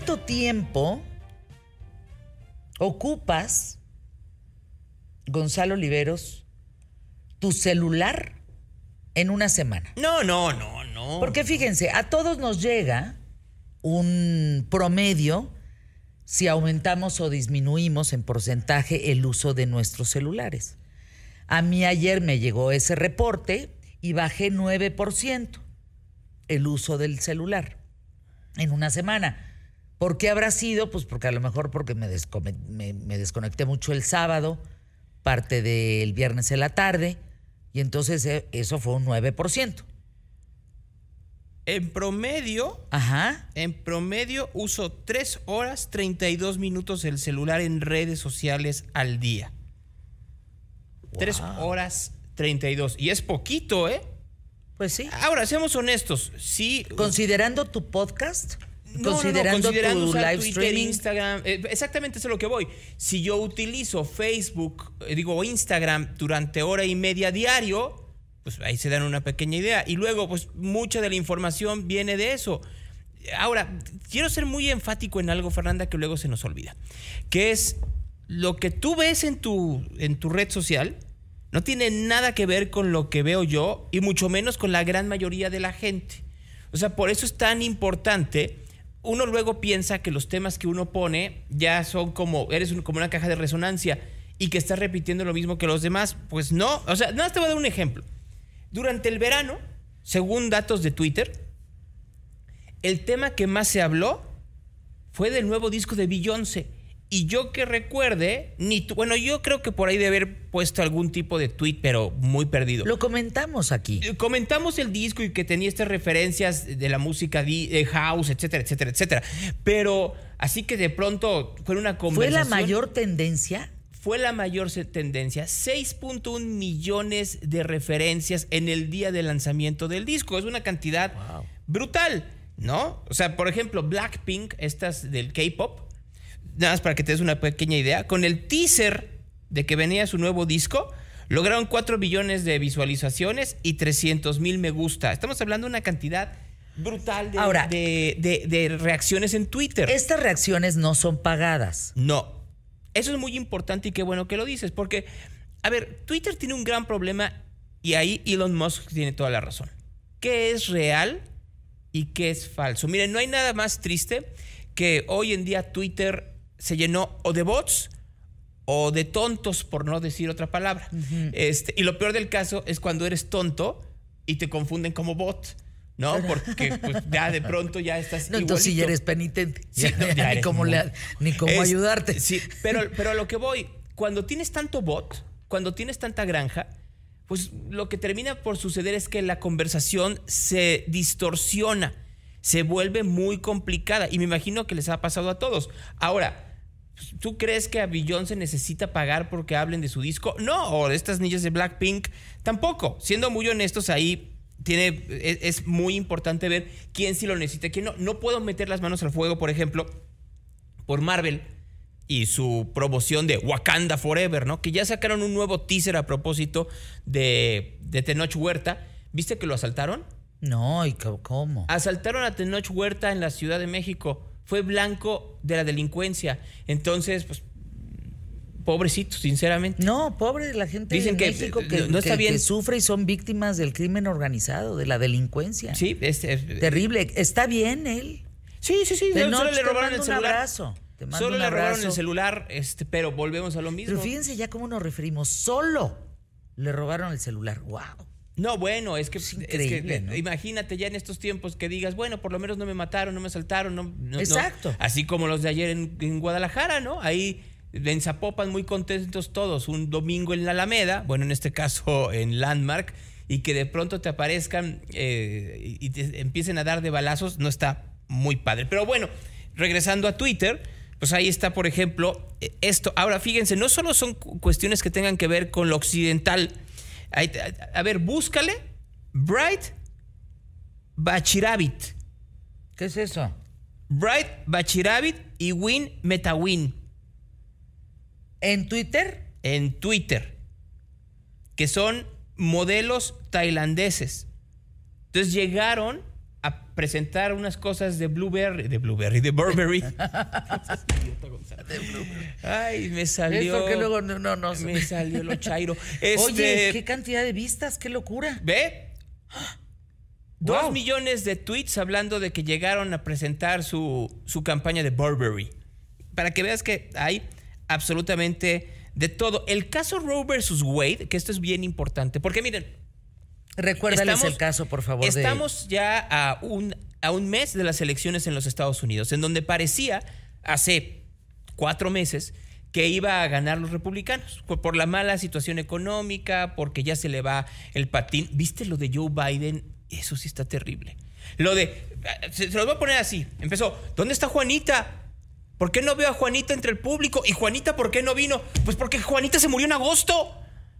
¿cuánto tiempo ocupas, Gonzalo Oliveros, tu celular en una semana? No. Porque fíjense, a todos nos llega un promedio si aumentamos o disminuimos en porcentaje el uso de nuestros celulares. A mí ayer me llegó ese reporte y bajé 9% el uso del celular en una semana. ¿Por qué habrá sido? Pues porque a lo mejor porque me desconecté mucho el sábado, parte del viernes en la tarde, y entonces eso fue un 9%. En promedio, Ajá. Uso 3 horas 32 minutos el celular en redes sociales al día. Wow. 3 horas 32. Y es poquito, ¿eh? Pues sí. Ahora, seamos honestos. Sí. ¿Considerando tu podcast? Considerando tu live Twitter, streaming, Instagram, exactamente eso es lo que voy. Si yo utilizo Facebook, Instagram durante hora y media diario, pues ahí se dan una pequeña idea. Y luego, pues mucha de la información viene de eso. Ahora, quiero ser muy enfático en algo, Fernanda, que luego se nos olvida, que es lo que tú ves en tu red social no tiene nada que ver con lo que veo yo y mucho menos con la gran mayoría de la gente. O sea, por eso es tan importante. Uno luego piensa que los temas que uno pone ya son como una caja de resonancia y que estás repitiendo lo mismo que los demás. Pues no. O sea, nada más te voy a dar un ejemplo. Durante el verano, según datos de Twitter, el tema que más se habló fue del nuevo disco de Beyoncé. Y yo que recuerde, yo creo que por ahí debe haber puesto algún tipo de tweet, pero muy perdido. Lo comentamos aquí. Comentamos el disco y que tenía estas referencias de la música de house, etcétera, etcétera, etcétera. Pero así que de pronto fue una conversación. ¿Fue la mayor tendencia? Fue la mayor tendencia. 6.1 millones de referencias en el día de lanzamiento del disco. Es una cantidad brutal, ¿no? O sea, por ejemplo, Blackpink, estas del K-pop, nada más para que te des una pequeña idea, con el teaser de que venía su nuevo disco, lograron 4 billones de visualizaciones y 300,000 me gusta. Estamos hablando de una cantidad brutal de reacciones en Twitter. Estas reacciones no son pagadas. No. Eso es muy importante y qué bueno que lo dices, porque, a ver, Twitter tiene un gran problema y ahí Elon Musk tiene toda la razón. ¿Qué es real y qué es falso? Miren, no hay nada más triste que hoy en día Twitter se llenó o de bots o de tontos, por no decir otra palabra. Uh-huh. Y lo peor del caso es cuando eres tonto y te confunden como bot, ¿no? Porque pues, ya de pronto ya estás igualito. Entonces si ya eres penitente. Sí, ya ni cómo ayudarte. Sí, pero a lo que voy, cuando tienes tanto bot, cuando tienes tanta granja, pues lo que termina por suceder es que la conversación se distorsiona, se vuelve muy complicada y me imagino que les ha pasado a todos. Ahora, ¿tú crees que a Beyoncé necesita pagar porque hablen de su disco? No, o de estas niñas de Blackpink tampoco. Siendo muy honestos, ahí es muy importante ver quién sí lo necesita, quién no. No puedo meter las manos al fuego, por ejemplo, por Marvel y su promoción de Wakanda Forever, ¿no? Que ya sacaron un nuevo teaser a propósito de Tenoch Huerta. ¿Viste que lo asaltaron? No, ¿y cómo? Asaltaron a Tenoch Huerta en la Ciudad de México. Fue blanco de la delincuencia. Entonces, pues, pobrecito, sinceramente. No, pobre de la gente Dicen de México que sufre y son víctimas del crimen organizado, de la delincuencia. Sí, terrible. ¿Está bien él? Sí. Solo le robaron el celular. Un abrazo. Solo le robaron el celular, pero volvemos a lo mismo. Pero fíjense ya cómo nos referimos. Solo le robaron el celular. ¡Wow! No, bueno, es increíble, ¿no? Imagínate ya en estos tiempos que digas, bueno, por lo menos no me mataron, no me asaltaron. No, exacto. No. Así como los de ayer en Guadalajara, ¿no? Ahí en Zapopan muy contentos todos, un domingo en la Alameda, bueno, en este caso en Landmark, y que de pronto te aparezcan y te empiecen a dar de balazos, no está muy padre. Pero bueno, regresando a Twitter, pues ahí está, por ejemplo, esto. Ahora, fíjense, no solo son cuestiones que tengan que ver con lo occidental. A ver, búscale Bright Bachirabit. ¿Qué es eso? Bright Bachirabit y Win Metawin. ¿En Twitter? En Twitter. Que son modelos tailandeses. Entonces llegaron presentar unas cosas de Burberry. Ay, me salió. Porque luego no. Me salió lo chairo. Oye, qué cantidad de vistas, qué locura. ¿Ve? 2 millones de tweets hablando de que llegaron a presentar su campaña de Burberry. Para que veas que hay absolutamente de todo. El caso Roe versus Wade, que esto es bien importante, porque miren, recuérdales el caso, por favor. Estamos ya a un mes de las elecciones en los Estados Unidos, en donde parecía hace 4 meses que iba a ganar los republicanos por la mala situación económica, porque ya se le va el patín. ¿Viste lo de Joe Biden? Eso sí está terrible. Se los voy a poner así. Empezó, ¿dónde está Juanita? ¿Por qué no veo a Juanita entre el público? ¿Y Juanita por qué no vino? Pues porque Juanita se murió en agosto.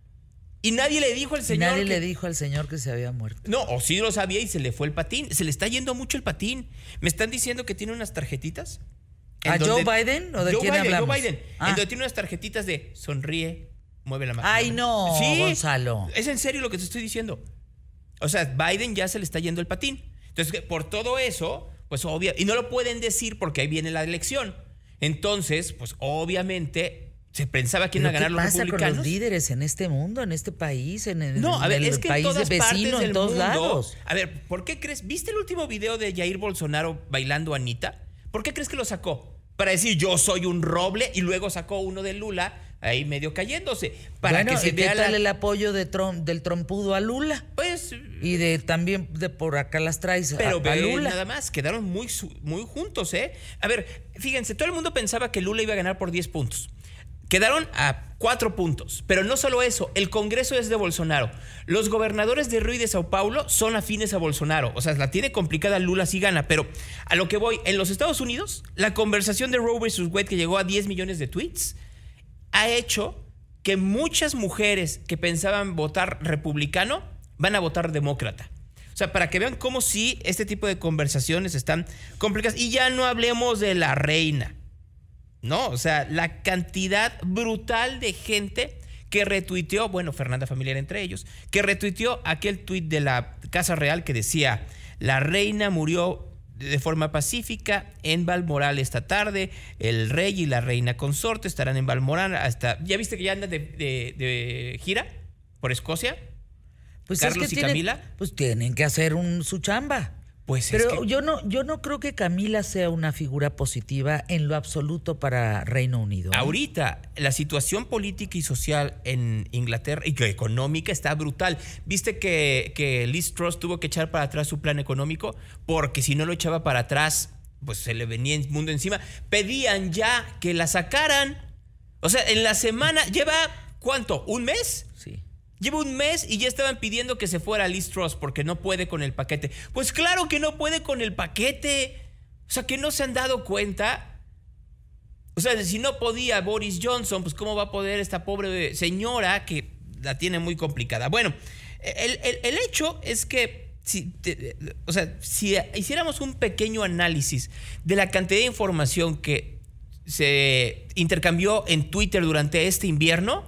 Y nadie le dijo al señor. Nadie le dijo al señor que se había muerto. No, o sí lo sabía y se le fue el patín. Se le está yendo mucho el patín. Me están diciendo que tiene unas tarjetitas. ¿A Joe Biden? ¿O de quién hablamos? Joe Biden. En donde tiene unas tarjetitas de sonríe, mueve la mano. Ay, no, sí, Gonzalo. Es en serio lo que te estoy diciendo. O sea, Biden ya se le está yendo el patín. Entonces, por todo eso, pues obvio. Y no lo pueden decir porque ahí viene la elección. Entonces, pues obviamente se pensaba que iban a ganar los republicanos. ¿Qué pasa con los líderes en este mundo, en este país, en el, no, a ver, es que país en todas vecino, partes del en todos mundo, lados? A ver, ¿por qué crees? ¿Viste el último video de Jair Bolsonaro bailando a Anita? ¿Por qué crees que lo sacó? Para decir yo soy un roble, y luego sacó uno de Lula ahí medio cayéndose. Para que se vea ¿qué tal el apoyo de del trompudo a Lula? Pues. Y también de por acá las traes pero a Lula. Nada más, quedaron muy juntos, ¿eh? A ver, fíjense, todo el mundo pensaba que Lula iba a ganar por 10 puntos. Quedaron a 4 puntos. Pero no solo eso, el Congreso es de Bolsonaro. Los gobernadores de Río y de Sao Paulo son afines a Bolsonaro. O sea, la tiene complicada Lula si gana. Pero a lo que voy, en los Estados Unidos, la conversación de Roe versus Wade, que llegó a 10 millones de tweets, ha hecho que muchas mujeres que pensaban votar republicano van a votar demócrata. O sea, para que vean cómo sí este tipo de conversaciones están complicadas. Y ya no hablemos de la reina. No, o sea, la cantidad brutal de gente que retuiteó, bueno, Fernanda Familiar entre ellos, que retuiteó aquel tuit de la Casa Real que decía: la reina murió de forma pacífica en Balmoral esta tarde, el rey y la reina consorte estarán en Balmoral hasta... ¿Ya viste que ya andan de gira por Escocia? Pues Carlos y Camila. Pues tienen que hacer su chamba. Pues pero es que... yo no creo que Camila sea una figura positiva en lo absoluto para Reino Unido. Ahorita la situación política y social en Inglaterra y que económica está brutal. ¿Viste que Liz Truss tuvo que echar para atrás su plan económico? Porque si no lo echaba para atrás, pues se le venía el mundo encima. Pedían ya que la sacaran. O sea, en la semana lleva, ¿cuánto? ¿Un mes? Sí. Lleva un mes y ya estaban pidiendo que se fuera Liz Truss porque no puede con el paquete. Pues claro que no puede con el paquete. O sea, que no se han dado cuenta. O sea, si no podía Boris Johnson, pues cómo va a poder esta pobre señora que la tiene muy complicada. Bueno, el hecho es que si hiciéramos un pequeño análisis de la cantidad de información que se intercambió en Twitter durante este invierno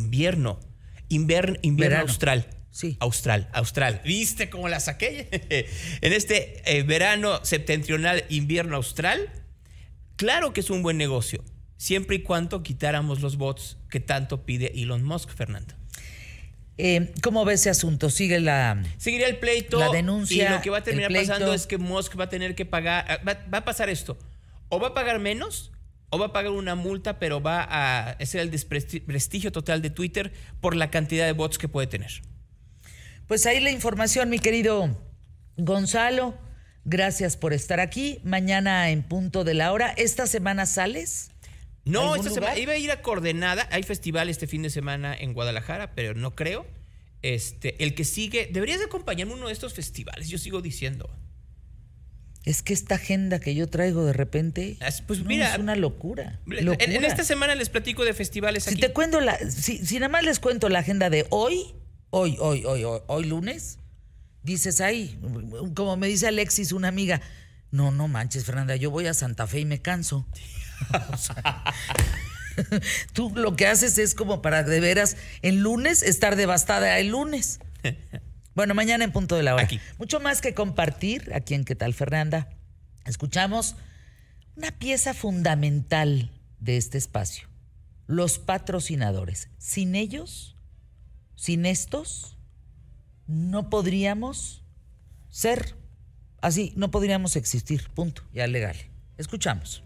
austral. Sí. Austral. ¿Viste cómo la saqué? En este verano septentrional, invierno austral. Claro que es un buen negocio, siempre y cuando quitáramos los bots que tanto pide Elon Musk, Fernando. ¿Cómo ves ese asunto? Seguiría el pleito. La denuncia. Y lo que va a terminar pasando es que Musk va a tener que pagar. Va a pasar esto. O va a pagar menos, o va a pagar una multa, pero va a hacer el desprestigio total de Twitter por la cantidad de bots que puede tener. Pues ahí la información, mi querido Gonzalo. Gracias por estar aquí. Mañana en punto de la hora. ¿Esta semana sales? No, esta semana iba a ir a Coordenada. Hay festival este fin de semana en Guadalajara, pero no creo. El que sigue, deberías de acompañarme a uno de estos festivales, yo sigo diciendo. Es que esta agenda que yo traigo de repente pues mira, es una locura. En esta semana les platico de festivales aquí. Si te cuento si nada más les cuento la agenda de hoy lunes, dices ahí, como me dice Alexis, una amiga, no manches, Fernanda, yo voy a Santa Fe y me canso. O sea, tú lo que haces es como para de veras el lunes estar devastada el lunes. Bueno, mañana en punto de la hora. Aquí. Mucho más que compartir aquí en ¿Qué tal, Fernanda? Escuchamos una pieza fundamental de este espacio. Los patrocinadores. Sin ellos, sin estos, no podríamos ser así, no podríamos existir. Punto. Ya legal. Escuchamos.